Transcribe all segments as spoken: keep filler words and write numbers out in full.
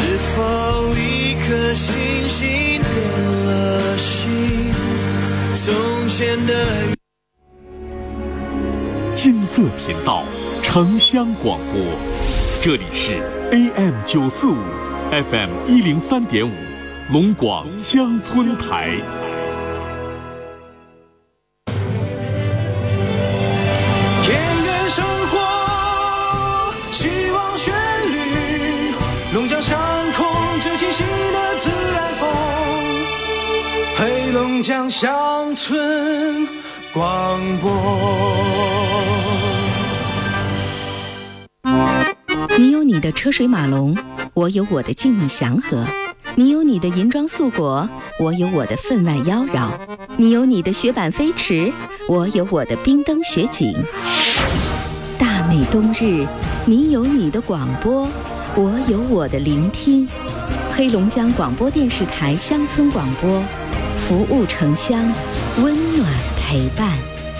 否一颗星星变了心？从前的金色频道城乡广播，这里是 A M 九四五 F M 一零三点五龙广乡村台。 田园生活，希望旋律，龙江上空最清晰的自然风，黑龙江乡村广播。 你有你的车水马龙，我有我的静谧祥和；你有你的银装素裹，我有我的分外妖娆；你有你的雪板飞驰，我有我的冰灯雪景。大美冬日，你有你的广播，我有我的聆听。黑龙江广播电视台乡村广播，服务城乡，温暖陪伴。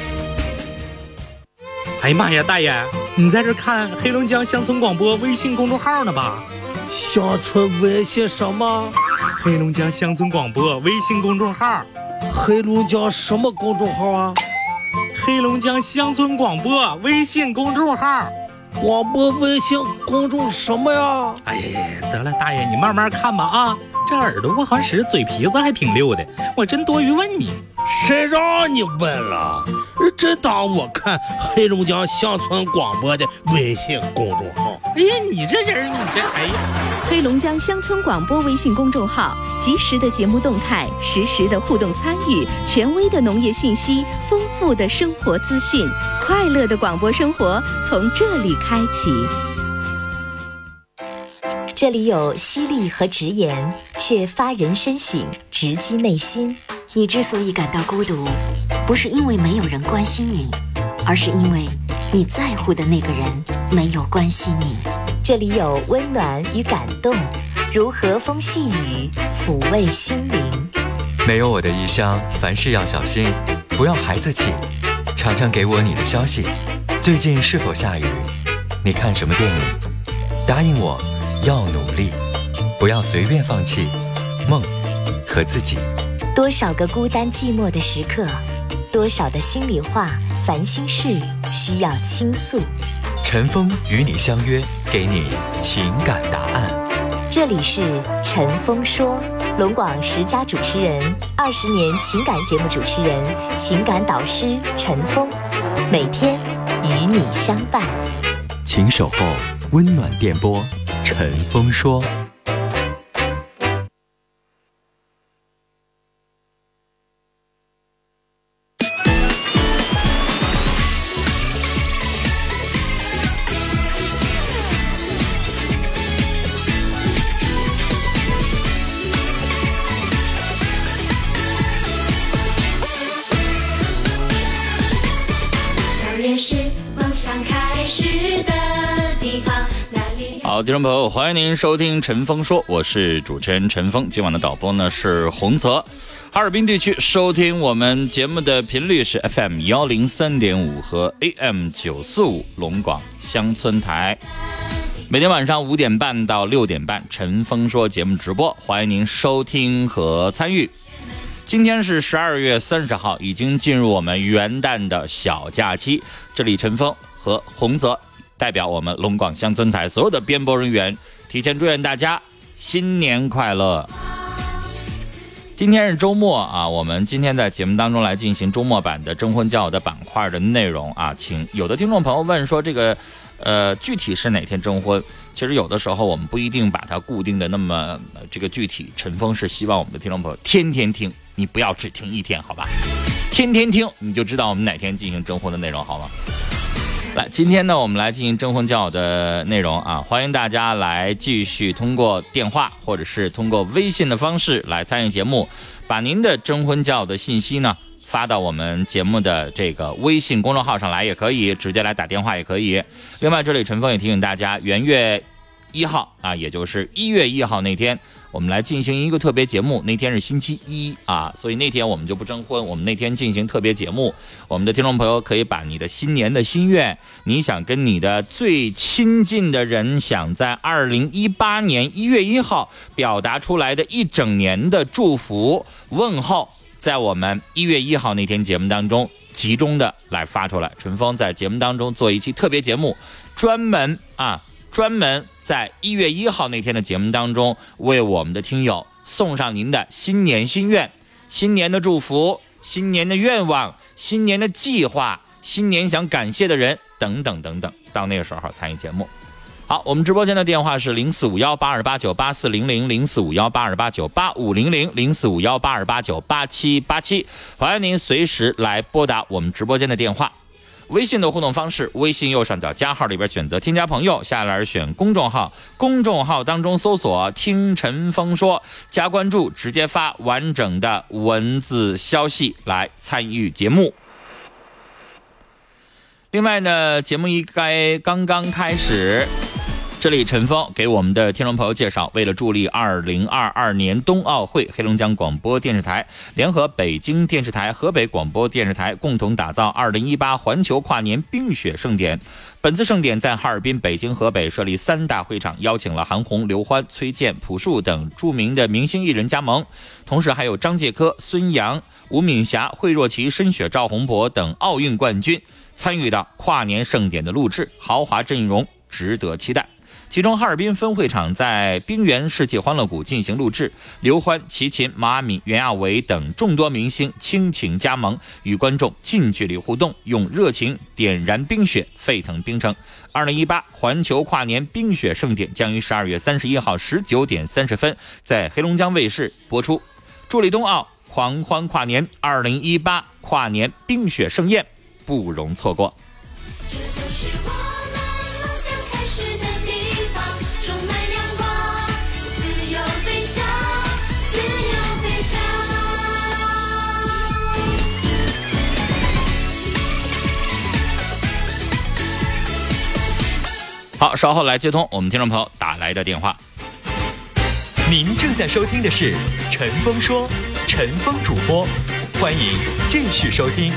哎呀妈呀，大爷，你在这看黑龙江乡村广播微信公众号呢吧？ 乡村微信什么？ 黑龙江乡村广播微信公众号。 黑龙江什么公众号啊？ 黑龙江乡村广播微信公众号。 广播微信公众什么呀？ 哎呀，得了，大爷你慢慢看吧啊，这耳朵不好使，嘴皮子还挺溜的，我真多余问你。 谁让你问了？真当我看黑龙江乡村广播的微信公众号？ 哎呀，你这人，你这哎呀！ 黑龙江乡村广播微信公众号，及时的节目动态，实时的互动参与，权威的农业信息，丰富的生活资讯，快乐的广播生活从这里开启。 这里有犀利和直言，却发人深省，直击内心。 你之所以感到孤独，不是因为没有人关心你，而是因为你在乎的那个人没有关心你。 这里有温暖与感动，如和风细雨，抚慰心灵。 没有我的异乡，凡事要小心，不要孩子气。常常给我你的消息，最近是否下雨？你看什么电影？答应我，要努力，不要随便放弃梦和自己。 多少个孤单寂寞的时刻，多少的心里话、烦心事需要倾诉。 陈峰与你相约，给你情感答案。 这里是陈峰说，龙广十佳主持人，二十年情感节目主持人，情感导师陈峰，每天与你相伴。 请守候温暖电波，陈峰说。 好，听众朋友，欢迎您收听陈峰说，我是主持人陈峰。今晚的导播呢是洪泽。哈尔滨地区收听我们节目的频率是 F M 一零三点五 和 A M 九四五 龙广乡村台。每天晚上五点半到六点半，陈峰说节目直播，欢迎您收听和参与。今天是十二月三十号，已经进入我们元旦的小假期。这里陈峰和洪泽代表我们龙广乡村台所有的编播人员，提前祝愿大家新年快乐。今天是周末啊，我们今天在节目当中来进行周末版的征婚交友的板块的内容啊，请有的听众朋友问说这个呃具体是哪天征婚？其实有的时候我们不一定把它固定的那么、呃、这个具体。陈峰是希望我们的听众朋友天天听，你不要只听一天，好吧？天天听你就知道我们哪天进行征婚的内容，好吗？来，今天呢，我们来进行征婚交友的内容啊，欢迎大家来继续通过电话或者是通过微信的方式来参与节目，把您的征婚交友的信息呢发到我们节目的这个微信公众号上来，也可以直接来打电话也可以。另外，这里陈峰也提醒大家，元月一号啊，也就是一月一号那天，我们来进行一个特别节目。那天是星期一啊，所以那天我们就不征婚，我们那天进行特别节目。我们的听众朋友可以把你的新年的心愿，你想跟你的最亲近的人，想在二零一八年一月一号表达出来的一整年的祝福问候，在我们一月一号那天节目当中集中的来发出来。陈峰在节目当中做一期特别节目，专门啊。专门在一月一号那天的节目当中，为我们的听友送上您的新年心愿、新年的祝福、新年的愿望、新年的计划、新年想感谢的人等等等等。到那个时候参与节目。好，我们直播间的电话是零四五幺八二八九八四零零零四五幺八二八九八五零零零四五幺八二八九八七八七，欢迎您随时来拨打我们直播间的电话。微信的互动方式，微信右上角加号里边选择添加朋友，下来选公众号，公众号当中搜索听陈峰说，加关注，直接发完整的文字消息来参与节目。另外呢，节目应该刚刚开始，这里陈峰给我们的听众朋友介绍，为了助力二零二二年冬奥会，黑龙江广播电视台联合北京电视台、河北广播电视台共同打造二零一八环球跨年冰雪盛典。本次盛典在哈尔滨、北京、河北设立三大会场，邀请了韩红、刘欢、崔健、朴树等著名的明星艺人加盟，同时还有张继科、孙杨、吴敏霞、惠若琪、申雪、赵宏博等奥运冠军参与到跨年盛典的录制，豪华阵容值得期待。其中哈尔滨分会场在冰原世纪欢乐谷进行录制，刘欢、齐秦、毛阿敏、袁娅维等众多明星倾情加盟，与观众近距离互动，用热情点燃冰雪，沸腾冰城。二零一八环球跨年冰雪盛典将于十二月三十一号十九点三十分在黑龙江卫视播出。助力冬奥，狂欢跨年，二零一八跨年冰雪盛宴不容错过。 这就是我们梦想开始的地方，充满阳光，自由飞翔，自由飞翔。 好，稍后来接通我们听众朋友打来的电话。 您正在收听的是陈峰说，陈峰主播，欢迎继续收听。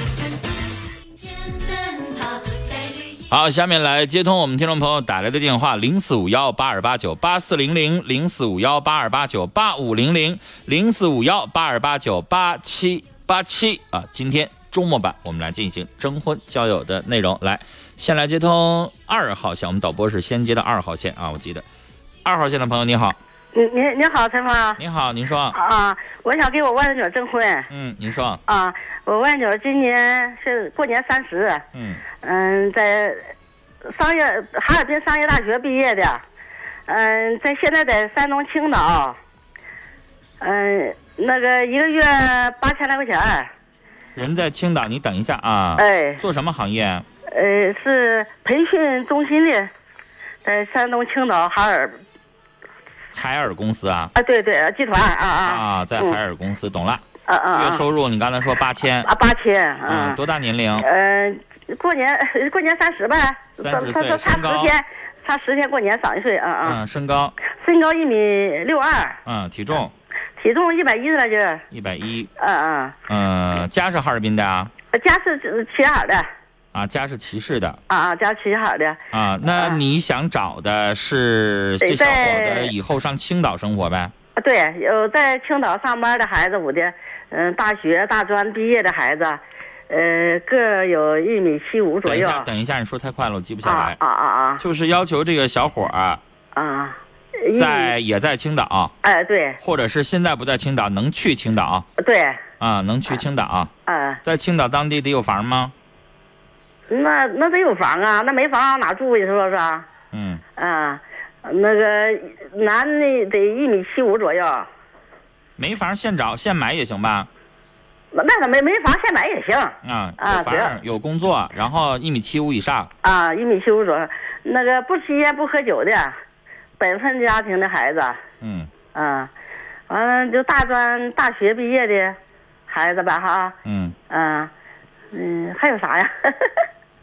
好，下面来接通我们听众朋友打来的电话，零四五幺八二八九八四零零，零四五幺八二八九八五零零，零四五幺八二八九八七八七啊。今天周末版我们来进行征婚交友的内容。来，先来接通二号线，我们导播是先接到二号线啊，我记得二号线的朋友你好。 你你你好，陈峰。 你好，您说。 啊，我想给我外甥女征婚。 嗯，您说。 啊，我外甥女今年是过年三十。 嗯。 嗯，在商业哈尔滨商业大学毕业的。嗯，在现在在山东青岛。嗯，那个一个月八千来块钱。 人在青岛，你等一下啊。 哎。 做什么行业？ 呃，是培训中心的，在山东青岛哈尔。 海尔公司啊？ 啊，对对，集团啊啊啊，在海尔公司，嗯、懂了。 啊啊。 月收入你刚才说八千啊，八千。 嗯，多大年龄？ 呃，过年过年三十呗。 三十岁。 差十天，差十天过年长一岁啊啊。 嗯，身高？ 身高一米六二。 嗯，体重？ 体重一百一了就。 一百一。 嗯嗯。 嗯，家是哈尔滨的啊？ 家是齐齐哈尔的。 啊，家是齐市的。 啊啊，家齐齐哈尔的。 啊，那你想找的是这小伙子以后上青岛生活呗？ 啊，对，有在青岛上班的孩子，我的嗯，大学大专毕业的孩子，呃，个有一米七五左右。 等一下，等一下，你说太快了，我记不下来。 啊啊啊！ 就是要求这个小伙啊， 啊， 在也在青岛。 哎，对。 或者是现在不在青岛，能去青岛。 对。 啊，能去青岛。 啊。 在青岛当地得有房吗？ 那那得有房啊，那没房哪住呀？是不是？ 嗯。 啊，那个男的得一米七五左右。 没房现找现买也行吧？ 那个没没房现买也行。 啊，有房有工作，然后一米七五以上。 啊，一米七五左右，那个不吸烟不喝酒的，本分家庭的孩子。 嗯。 啊，完了就大专大学毕业的孩子吧哈。 嗯。 啊，嗯，还有啥呀？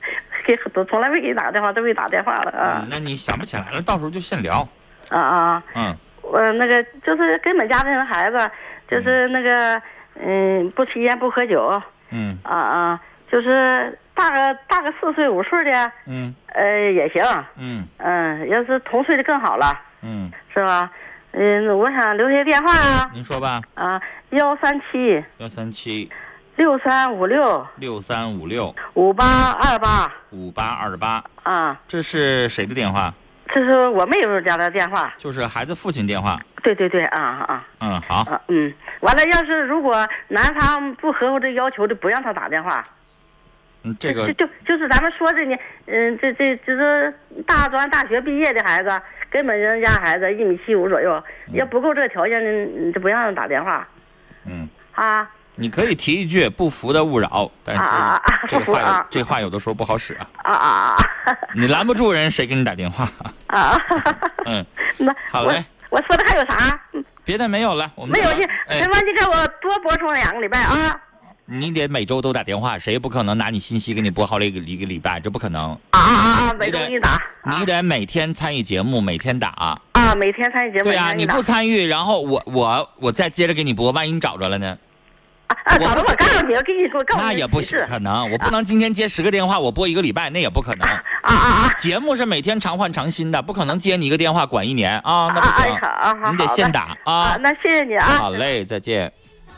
给都从来没给你打电话，都没打电话了啊。 嗯，那你想不起来了，到时候就现聊。 啊啊。 嗯。 我那个就是跟本家庭的孩子，就是那个嗯，不吸烟不喝酒。 嗯。 啊啊，就是大个大个四岁五岁的。 嗯。 呃，也行。 嗯。 嗯，要是同岁的更好了。 嗯。 是吧？嗯，我想留下电话啊。 您说吧。 啊，幺三七。 幺三七。 六三五六。 六三五六。 五八二八。 五八二八。 啊。 这是谁的电话？ 这是我妹夫家的电话。 就是孩子父亲电话。 对对对，啊啊。 嗯，好。 啊嗯，完了，要是如果男方不合乎这要求的，不让他打电话。 嗯，这个就就就是咱们说的呢，嗯，这这就是大专大学毕业的孩子，根本人家孩子一米七五左右，要不够这个条件，你就不让他打电话。 嗯。 啊。 你可以提一句不服的勿扰，但是这个话有、 啊、 这话有的时候不好使啊。 啊啊啊！ 你拦不住人，谁给你打电话？ 啊。 嗯。 那好嘞。 我说的还有啥？ 别的没有了，我们没有去。 哎， 陈芳，你给我多播充两个礼拜啊。 你得每周都打电话，谁也不可能拿你信息给你播好了一个一个礼拜，这不可能。 啊啊啊！每周给你打。 你得每天参与节目，每天打。 啊，每天参与节目。 对啊，你不参与，然后我我我再接着给你播，万一你找着了呢？ 啊，找着我告诉你，我给你说，告诉你。 那也不可能，我不能今天接十个电话，我播一个礼拜，那也不可能。 啊啊啊！ 节目是每天常换常新的，不可能接你一个电话管一年啊，那不行。 啊啊啊！ 你得现打啊。 那谢谢你啊。 好嘞，再见。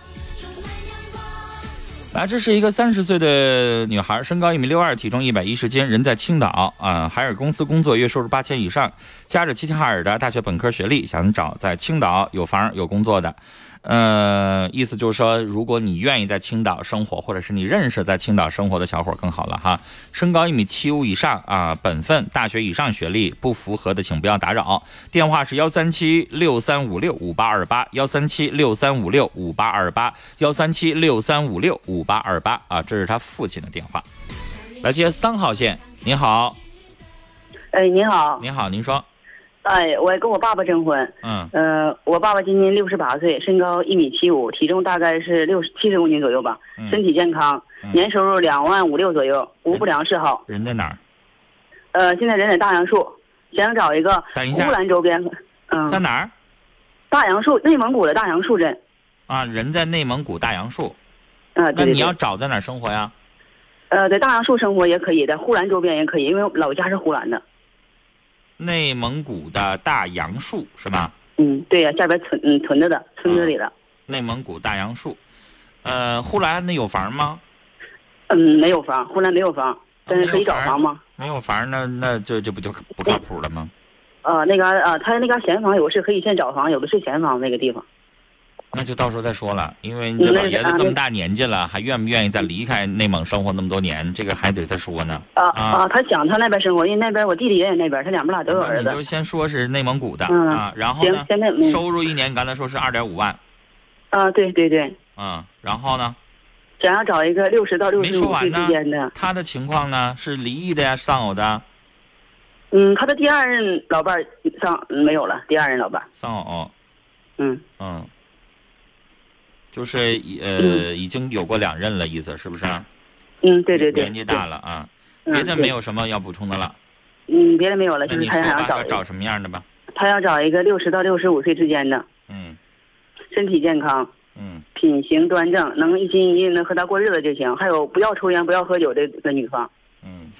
来，这是一个三十岁的女孩，身高一米六二，体重一百一十斤，人在青岛啊，海尔公司工作，月收入八千以上，家着齐齐哈尔的大学本科学历，想找在青岛有房有工作的。呃，意思就是说，如果你愿意在青岛生活，或者是你认识在青岛生活的小伙更好了哈。身高一米七五以上啊，本分大学以上学历，不符合的请不要打扰。电话是幺三七六三五六五八二八，幺三七六三五六五八二八，幺三七六三五六五八二八啊，这是他父亲的电话。来接三号线，您好。 哎，您好。 您好，您说。 哎，我跟我爸爸征婚。 嗯。 呃，我爸爸今年六十八岁，身高一米七五，体重大概是六十七十公斤左右吧。 嗯、 身体健康， 嗯、 年收入两万五六左右，无不良嗜好。 人在哪儿？ 呃，现在人在大杨树，想找一个乌兰周边。嗯。 在哪儿？ 大杨树，内蒙古的大杨树镇。 啊，人在内蒙古大杨树。 啊，对对对。 那你要找在哪儿生活呀？ 呃，在大杨树生活也可以，在呼兰周边也可以，因为老家是呼兰的。 内蒙古的大杨树是吧？ 嗯，对呀、啊，下边村嗯屯子的村子里的、 嗯。内蒙古大杨树，呃，呼兰那有房吗？ 嗯，没有房，呼兰没有房，但是可以找房吗？ 没有房，那那这这不就不靠谱了吗？ 呃，那个呃，他那个闲房有的是可以先找房，有的是闲房那个地方。 那就到时候再说了，因为你这老爷子这么大年纪了，还愿不愿意再离开内蒙生活那么多年，这个还得再说呢。 啊啊，他想他那边生活，因为那边我弟弟也在那边，他两边俩都有儿子。 你就先说是内蒙古的、 嗯、 啊，然后呢，收入一年，你刚才说是二点五万。 啊，对对对。 嗯，然后呢？ 想要找一个六十到六十五岁之间的。 他的情况呢？是离异的呀，丧偶的？ 嗯，他的第二任老伴丧没有了，第二任老伴丧偶。 嗯嗯。就是呃、嗯，已经有过两任了，意思是不是？ 嗯，对对对。 年纪大了啊，别的没有什么要补充的了。 嗯，别的没有了，就是他想找找什么样的吧？ 他要找一个六十到六十五岁之间的。 嗯。 身体健康。 嗯。 品行端正，能一心一意能和他过日子就行。还有不要抽烟、不要喝酒的的女方。 嗯。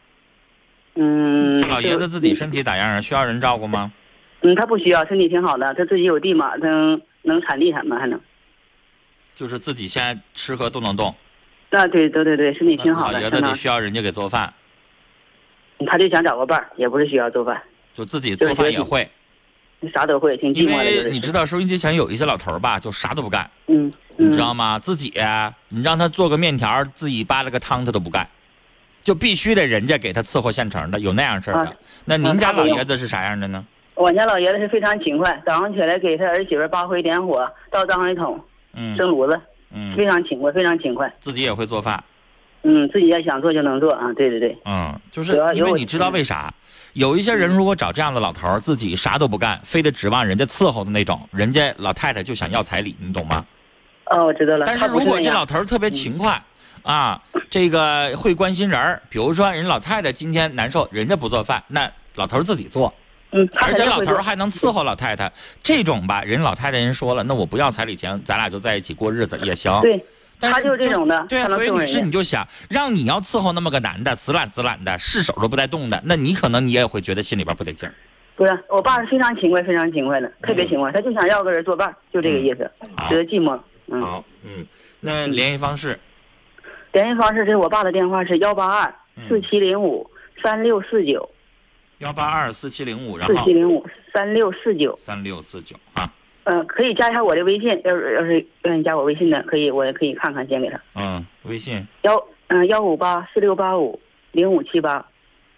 嗯。 老爷子自己身体咋样啊？需要人照顾吗？ 嗯，他不需要，身体挺好的，他自己有地嘛，能能产地什么还能。 就是自己现在吃喝都能动， 啊，对对对对，身体挺好的。 老爷子得需要人家给做饭， 他就想找个伴儿，也不是需要做饭， 就自己做饭也会， 啥都会，挺寂寞的。 因为你知道收音机前有一些老头儿吧，就啥都不干， 嗯， 你知道吗？自己你让他做个面条，自己扒了个汤他都不干，就必须得人家给他伺候现成的，有那样事儿的。 啊、 那您家老爷子是啥样的呢？ 我家老爷子是非常勤快，早上起来给他儿媳妇扒灰点火，倒脏水桶。 嗯， 生炉子， 嗯， 非常勤快，非常勤快。 自己也会做饭， 嗯，自己要想做就能做啊，对对对。 嗯，就是因为你知道为啥？有一些人如果找这样的老头儿，自己啥都不干，非得指望人家伺候的那种，人家老太太就想要彩礼，你懂吗？ 哦，我知道了。 但是如果这老头儿特别勤快， 啊，这个会关心人儿。比如说，人老太太今天难受，人家不做饭，那老头自己做。 嗯， 而且老头还能伺候老太太，这种吧，人老太太人说了，那我不要彩礼钱，咱俩就在一起过日子也行。 对， 但是他就是这种的。 对啊，所以女士你就想，让你要伺候那么个男的，死懒死懒的，是手都不带动的，那你可能你也会觉得心里边不得劲儿。 不是，我爸是非常勤快，非常勤快的，特别勤快，他就想要个人作伴，就这个意思，觉得寂寞。嗯， 好，嗯，那联系方式？ 联系方式是我爸的电话是幺八二四七零五三六四九。 幺八二四七零五，然后四七零五三六四九三六四九啊。 嗯、呃，可以加一下我的微信，要是要是愿意加我微信的，可以，我也可以看看，先给他。 嗯，微信幺嗯幺五八四六八五零五七八。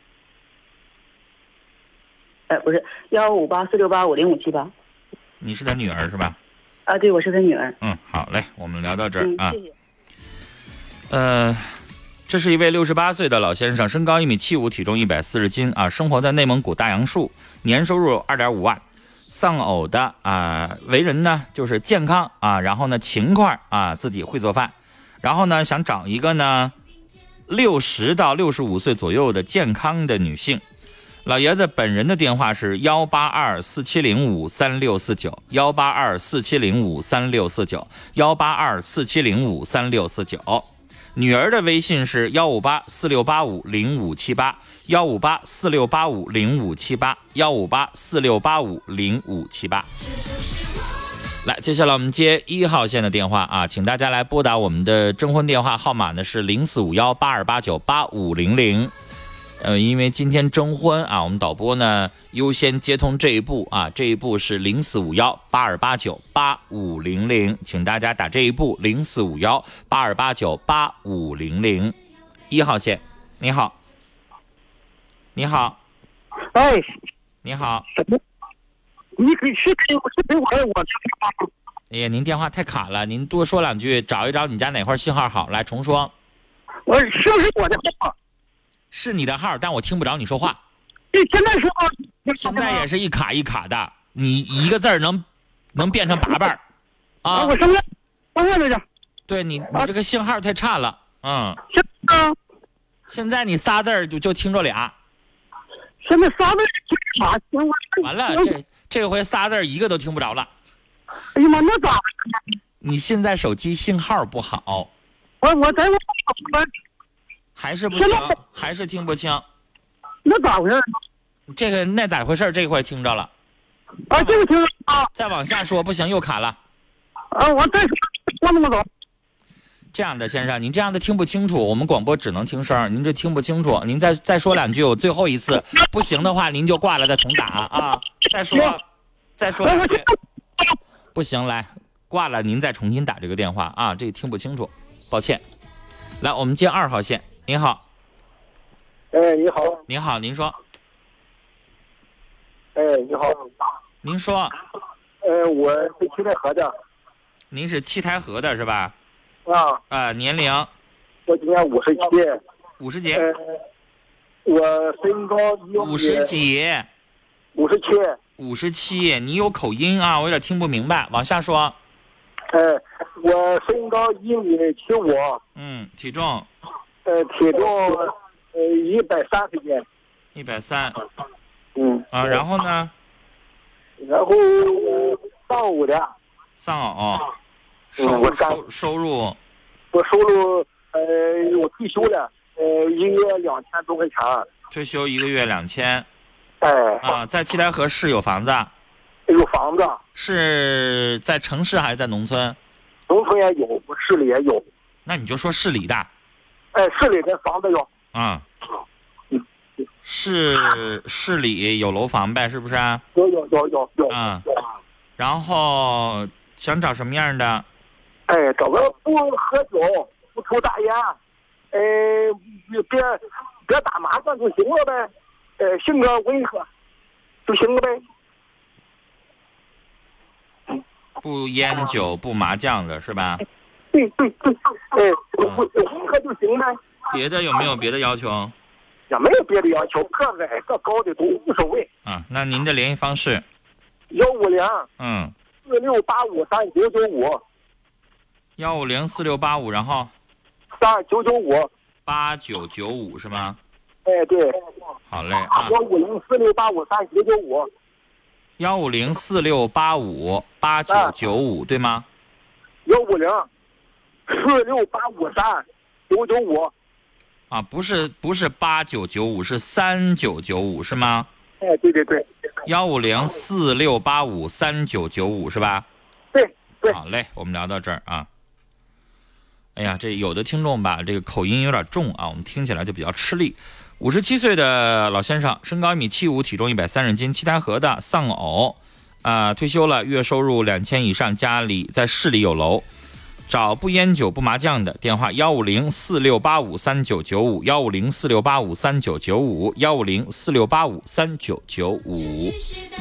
哎，不是幺五八四六八五零五七八。 你是他女儿是吧？ 啊，对，我是他女儿。 嗯，好嘞，我们聊到这儿、 嗯、 啊。 谢谢。 呃。这是一位六十八岁的老先生，身高一米七五，体重一百四十斤啊，生活在内蒙古大杨树，年收入二点五万，丧偶的啊，为人呢就是健康啊，然后呢勤快啊，自己会做饭，然后呢想找一个呢六十到六十五岁左右的健康的女性。老爷子本人的电话是幺八二四七零五三六四九，幺八二四七零五三六四九，幺八二四七零五三六四九。女儿的微信是幺五八四六八五零五七八，幺五八四六八五零五七八，幺五八四六八五零五七八。来，接下来我们接一号线的电话啊，请大家来拨打我们的征婚电话号码呢是零四五幺八二八九八五零零。呃，因为今天征婚啊，我们导播呢优先接通这一步啊，这一步是零四五幺八二八九八五零零，请大家打这一步零四五幺八二八九八五零零。一号线，你好，你好， 哎， 你好， 你可以是给我是给我我电话。 哎呀，您电话太卡了，您多说两句，找一找你家哪块信号好，来重说。 我是不是我的号？ 是你的号，但我听不着你说话。 对，现在说话， 现在也是一卡一卡的，你一个字儿能能变成八瓣啊！ 我上面上面来着。 对你，你这个信号太差了，嗯。 啊。 现在你仨字儿就就听着俩。 现在仨字听啥？ 完了，这这回仨字儿一个都听不着了。 哎呀妈，那咋？ 你现在手机信号不好。 我我在我。 还是不行，还是听不清。 那咋回事？ 这个那咋回事？这回听着了。 啊，这个听啊。 再往下说不行，又卡了。 啊，我再说那么走。 这样的先生，您这样的听不清楚，我们广播只能听声，您这听不清楚，您再再说两句，我最后一次，不行的话您就挂了再重打啊。再说，再说两句。不行，来挂了，您再重新打这个电话啊，这个听不清楚，抱歉。来，我们接二号线。您好， 哎，你好， 您好，您说， 哎，你好， 您说， 呃，我是七台河的， 您是七台河的是吧？ 啊， 啊、呃，年龄， 我今年五十七， 五十几， 呃，我身高一米五十几， 五十七， 五十七，你有口音啊，我有点听不明白，往下说。 呃，我身高一米七五， 嗯，体重， 呃，体重呃一百三十斤， 一百三， 嗯， 啊，然后呢？ 然后呃丧偶的， 丧偶，收、 嗯、我收收入， 我收入呃我退休了，呃一个月两千多块钱， 退休一个月两千， 哎， 啊，在七台河市有房子。 有房子， 是在城市还是在农村？ 农村也有，市里也有。 那你就说市里的。 哎，市里的房子有。 啊、嗯。市市里有楼房呗，是不是啊？ 有有有有有。 嗯。然后想找什么样的？ 哎，找个不喝酒、不抽大烟，哎，别别打麻将就行了呗。呃，性格温和就行了呗。 不烟酒不麻将的是吧？ 对对对，哎，温和就行呗。 别的有没有别的要求？ 也没有别的要求，个矮个高的都无所谓。 啊，那您的联系方式？ 幺五零嗯四六八五三九九五。 幺五零四六八五，然后三九九五。 八九九五是吗？ 哎，对。 好嘞啊。 幺五零四六八五三九九五。 幺五零四六八五八九九五对吗？ 幺五零四六八五三九九五。 啊，不是不是八九九五，是三九九五是吗？ 哎，对对对。 幺五零四六八五三九九五是吧？ 对对。 好嘞，我们聊到这儿啊。哎呀，这有的听众吧，这个口音有点重啊，我们听起来就比较吃力。五十七岁的老先生，身高一米七五，体重一百三十斤，七台河的丧偶，啊、呃，退休了，月收入两千以上，家里在市里有楼，找不烟酒不麻将的，电话幺五零四六八五三九九五，幺五零四六八五三九九五，幺五零四六八五三九九五。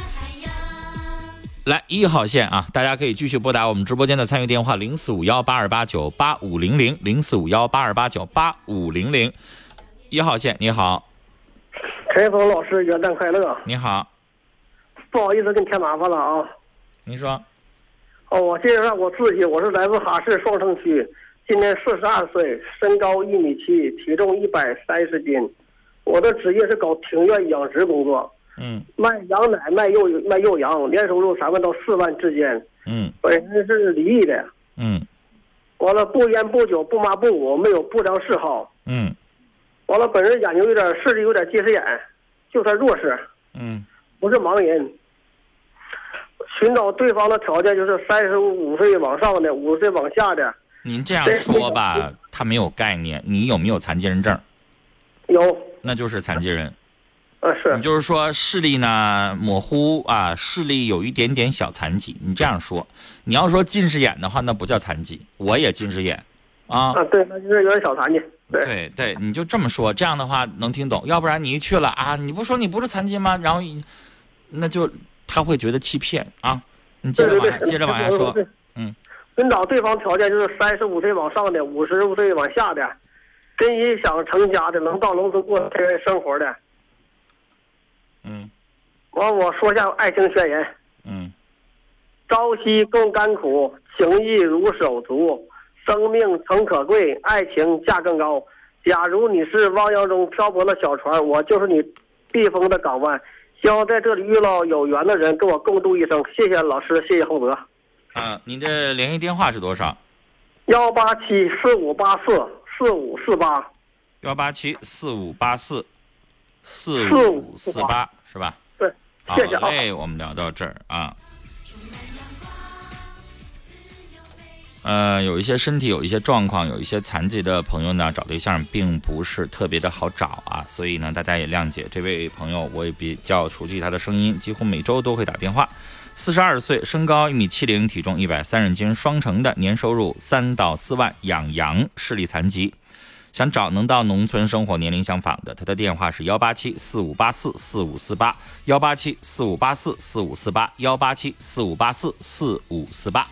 来一号线啊，大家可以继续拨打我们直播间的参与电话零四五幺八二八九八五零零零四五幺八二八九八五零零。一号线，你好， 陈峰老师，元旦快乐！ 你好， 不好意思，给你添麻烦了啊。 您说。 哦，我介绍下我自己，我是来自哈市双城区，今年四十二岁，身高一米七，体重一百三十斤。我的职业是搞庭院养殖工作。 嗯， 卖羊奶、卖幼卖幼羊，年收入三万到四万之间。 嗯， 本身是离异的。 嗯， 完了不烟不酒不麻不舞，没有不良嗜好。 嗯， 完了本人眼睛有点视力有点近视眼，就算弱视。 嗯， 不是盲人。寻找对方的条件就是三十五岁往上的，五十岁往下的。 您这样说吧，他没有概念。你有没有残疾人证？ 有， 那就是残疾人。 呃，是。 你就是说视力呢模糊啊，视力有一点点小残疾。你这样说，你要说近视眼的话，那不叫残疾。我也近视眼，啊。 啊，对，那就是有点小残疾。对对对，你就这么说，这样的话能听懂。要不然你一去了啊，你不说你不是残疾吗？然后，那就他会觉得欺骗啊。你接着往下， 对对对， 接着往下说。嗯。 寻找对方条件就是三十五岁往上的，五十五岁往下的，真心想成家的，能到农村过田园生活的。 嗯。 完，我说一下爱情宣言。 嗯。 朝夕共甘苦，情谊如手足，生命诚可贵，爱情价更高。假如你是汪洋中漂泊的小船，我就是你避风的港湾。希望在这里遇到有缘的人，跟我共度一生。谢谢老师，谢谢洪泽。 啊，您的联系电话是多少？ 幺八七四五八四四五四八。 幺八七四五八四四五四八是吧？ 对，谢谢啊。 好嘞，我们聊到这儿啊。呃，有一些身体有一些状况，有一些残疾的朋友呢，找对象并不是特别的好找啊，所以呢，大家也谅解。这位朋友我也比较熟悉他的声音，几乎每周都会打电话。四十二岁，身高一米七零，体重一百三十斤，双城的，年收入三到四万，养羊，视力残疾，想找能到农村生活、年龄相仿的。他的电话是幺八七四五八四四五四八，幺八七四五八四四五四八，幺八七四五八四四五四八。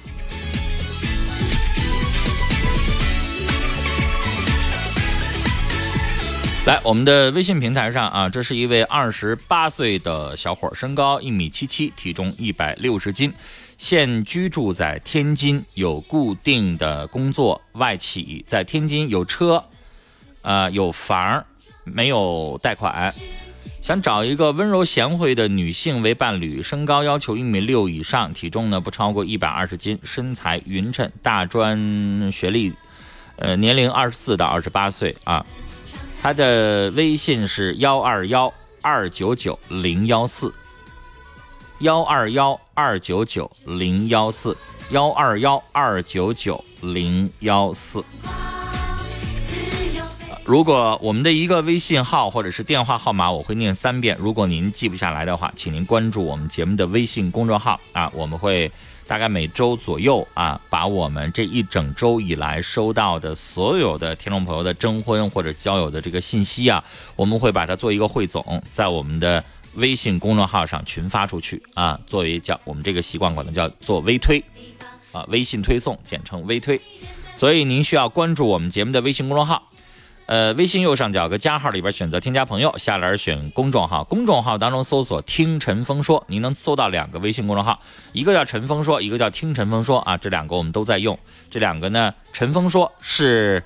来，我们的微信平台上啊，这是一位二十八岁的小伙，身高一米七七，体重一百六十斤，现居住在天津，有固定的工作，外企，在天津有车，呃，有房，没有贷款，想找一个温柔贤惠的女性为伴侣，身高要求一米六以上，体重呢不超过一百二十斤，身材匀称，大专学历，呃，年龄二十四到二十八岁啊。他的微信是幺二幺二九九零幺四，幺二幺二九九零幺四，幺二幺二九九零幺四。如果我们的一个微信号或者是电话号码我会念三遍，如果您记不下来的话，请您关注我们节目的微信公众号啊，我们会大概每周左右啊，把我们这一整周以来收到的所有的听众朋友的征婚或者交友的这个信息啊，我们会把它做一个汇总，在我们的微信公众号上群发出去啊，作为叫我们这个习惯管它叫做微推啊，微信推送简称微推，所以您需要关注我们节目的微信公众号。呃，微信右上角有个加号，里边选择添加朋友，下栏选公众号，公众号当中搜索听陈峰说，您能搜到两个微信公众号，一个叫陈峰说，一个叫听陈峰说啊，这两个我们都在用。这两个呢，陈峰说是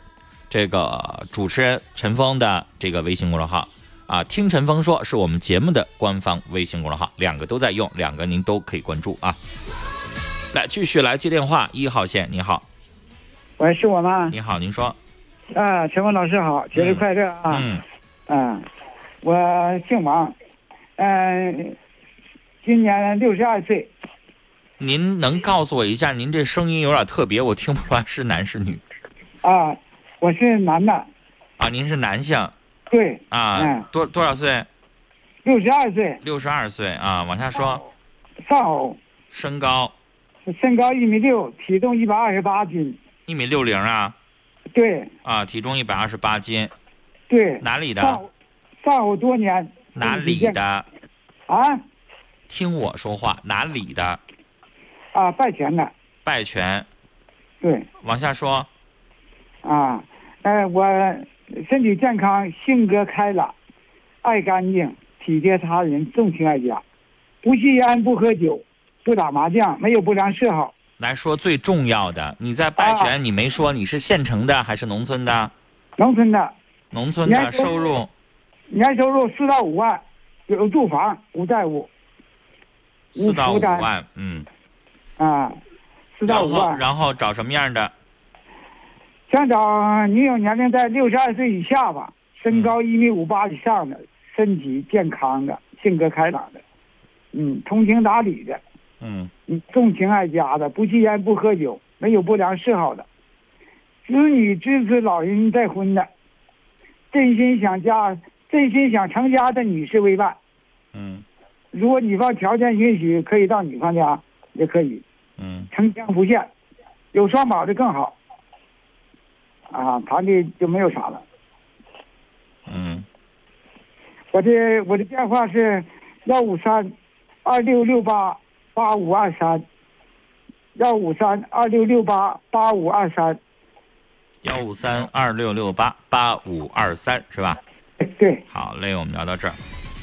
这个主持人陈峰的这个微信公众号啊，听陈峰说是我们节目的官方微信公众号，两个都在用，两个您都可以关注啊。来，继续来接电话，一号线，你好。 喂，是我吗？ 你好，您说。 啊，陈峰老师好，节日快乐啊！ 嗯， 啊，我姓王，嗯，今年六十二岁。 您能告诉我一下，您这声音有点特别，我听不出来是男是女。 啊，我是男的。 啊，您是男性。 对。 啊， 嗯、 多多少岁？ 六十二岁。 六十二岁啊，往下说。 上偶。 身高。 身高一米六，体重一百二十八斤。 一米六零啊。 对。 啊，体重一百二十八斤。 对。 哪里的？ 上上偶多年。 哪里的？ 啊？ 听我说话，哪里的？ 啊，拜泉的。 拜泉。 对。 往下说。 啊，呃，我身体健康，性格开朗，爱干净，体贴他人，重情爱家，不吸烟，不喝酒，不打麻将，没有不良嗜好。 来说最重要的，你在拜泉，啊、你没说你是县城的还是农村的？ 农村的。 农村的收入。 年收入四到五万，有住房，无债务。 四到五万，嗯。 啊，四到五万。 然后，然后找什么样的？ 想找女友年龄在六十二岁以下吧，身高一米五八以上的，身体健康的，性格开朗的，嗯，通情达理的， 嗯， 重情爱家的，不吸烟不喝酒，没有不良嗜好的，子女支持老人再婚的，真心想家、真心想成家的女士为伴。 嗯， 如果女方条件允许，可以到女方家也可以。 嗯， 城乡不限，有双保的更好。啊，谈的就没有啥了。 嗯， 我的我的电话是幺五三二六六八八五二三，幺五三二六六八八五二三， 幺五三二六六八八五二三是吧？ 对。 好嘞，我们聊到这儿。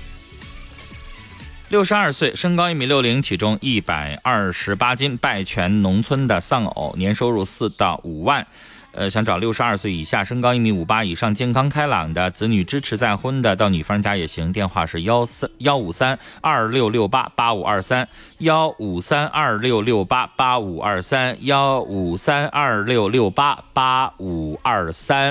六十二岁，身高一米六零，体重一百二十八斤，拜泉农村的丧偶，年收入四到五万。呃，想找六十二岁以下，身高一米五八以上，健康开朗的，子女支持再婚的，到女方家也行。电话是幺三幺五三二六六八八五二三，幺五三二六六八八五二三，幺五三二六六八八五二三。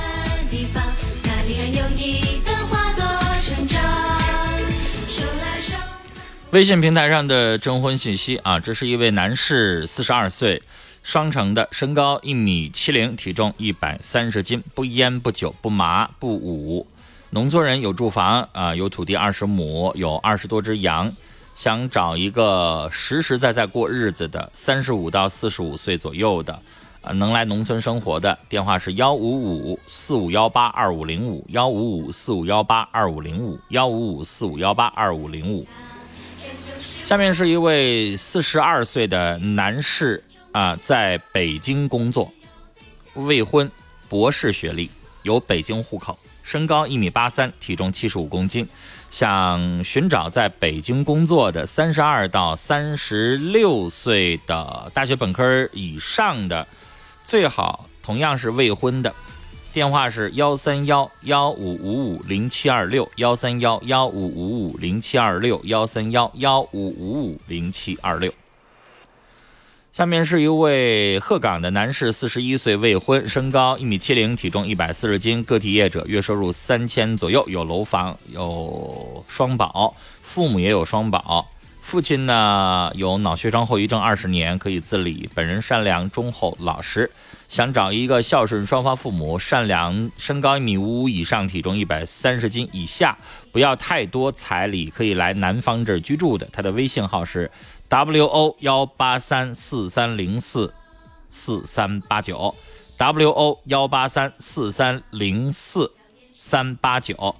微信平台上的征婚信息啊，这是一位男士，四十二岁。双城的，身高一米七零，体重一百三十斤，不烟不酒不麻不舞，农村人，有住房啊、呃，有土地二十亩，有二十多只羊，想找一个实实在在过日子的，三十五到四十五岁左右的，呃，能来农村生活的。电话是幺五五四五幺八二五零五，幺五五四五幺八二五零五，幺五五四五幺八二五零五。下面是一位四十二岁的男士。啊，在北京工作，未婚，博士学历，有北京户口，身高一米八三，体重七十五公斤，想寻找在北京工作的三十二到三十六岁的大学本科以上的，最好同样是未婚的。电话是幺三幺幺五五五零七二六，幺三幺幺五五五零七二六，幺三幺幺五五五零七二六。下面是一位鹤岗的男士，四十一岁，未婚，身高一米七零，体重一百四十斤，个体业者，月收入三千左右，有楼房，有双保，父母也有双保，父亲呢有脑血栓后遗症二十年，可以自理，本人善良忠厚老实，想找一个孝顺双方父母，善良，身高一米五五以上，体重一百三十斤以下，不要太多彩礼，可以来南方这儿居住的。他的微信号是W O 幺八三四三零四四三八九 W O 幺八三四三零四三八九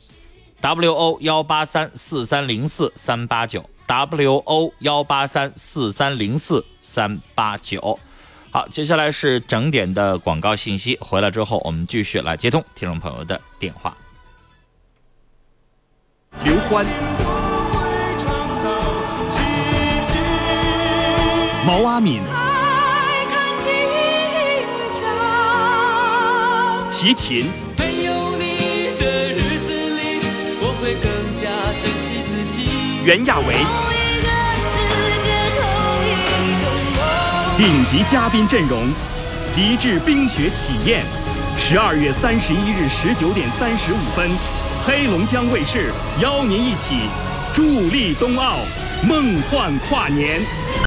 W O 幺八三四三零四三八九 W O 幺八三四三零四三八九。好，接下来是整点的广告信息，回来之后我们继续来接通听众朋友的电话。 刘欢、毛阿敏、 齐秦。 没有你的日子里，我会更加珍惜自己。 袁娅维，顶级嘉宾阵容，极致冰雪体验。十二月三十一日十九点三十五分，黑龙江卫视邀您一起助力冬奥，梦幻跨年。